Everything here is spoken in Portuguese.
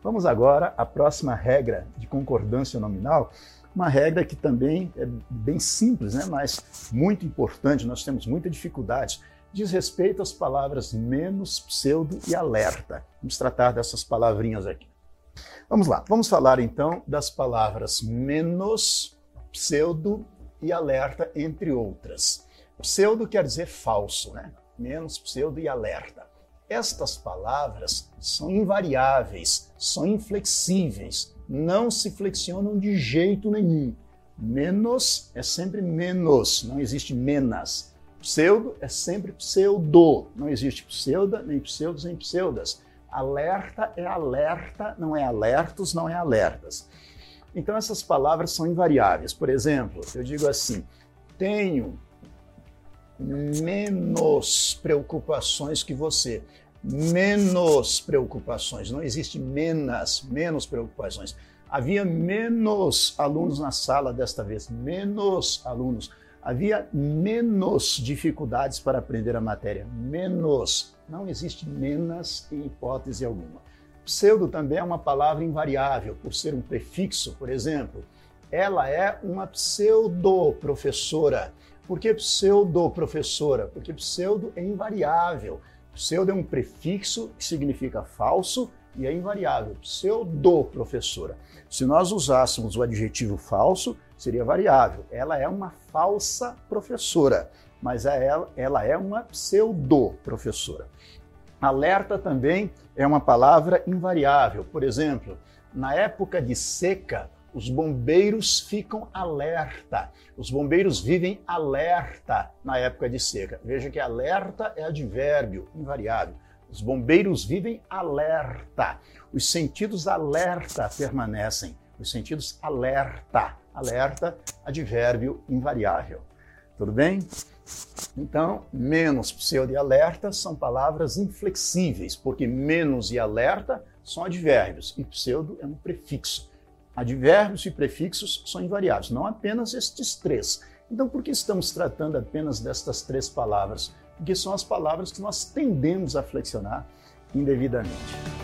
Vamos agora à próxima regra de concordância nominal, uma regra que também é bem simples, né? Mas muito importante, nós temos muita dificuldade. Diz respeito às palavras menos, pseudo e alerta. Vamos tratar dessas palavrinhas aqui. Vamos lá, vamos falar então das palavras menos, pseudo e alerta, entre outras. Pseudo quer dizer falso, né? Menos, pseudo e alerta. Estas palavras são invariáveis, são inflexíveis, não se flexionam de jeito nenhum. Menos é sempre menos, não existe menas. Pseudo é sempre pseudo, não existe pseuda, nem pseudos, nem pseudas. Alerta é alerta, não é alertos, não é alertas. Então essas palavras são invariáveis. Por exemplo, eu digo assim, tenho menos preocupações que você. Menos preocupações, não existe menos preocupações. Havia menos alunos na sala desta vez, menos alunos. Havia menos dificuldades para aprender a matéria, menos. Não existe menos em hipótese alguma. Pseudo também é uma palavra invariável, por ser um prefixo, por exemplo. Ela é uma pseudo-professora. Por que pseudo-professora? Porque pseudo é invariável. Pseudo é um prefixo que significa falso e é invariável. Pseudo-professora. Se nós usássemos o adjetivo falso, seria variável. Ela é uma falsa professora, mas ela é uma pseudo-professora. Alerta também é uma palavra invariável. Por exemplo, na época de seca, os bombeiros ficam alerta. Os bombeiros vivem alerta na época de seca. Veja que alerta é advérbio, invariável. Os bombeiros vivem alerta. Os sentidos alerta permanecem. Os sentidos alerta. Alerta, advérbio invariável. Tudo bem? Então, menos, pseudo e alerta são palavras inflexíveis, porque menos e alerta são advérbios e pseudo é um prefixo. Advérbios e prefixos são invariáveis, não apenas estes três. Então, por que estamos tratando apenas destas três palavras? Porque são as palavras que nós tendemos a flexionar indevidamente.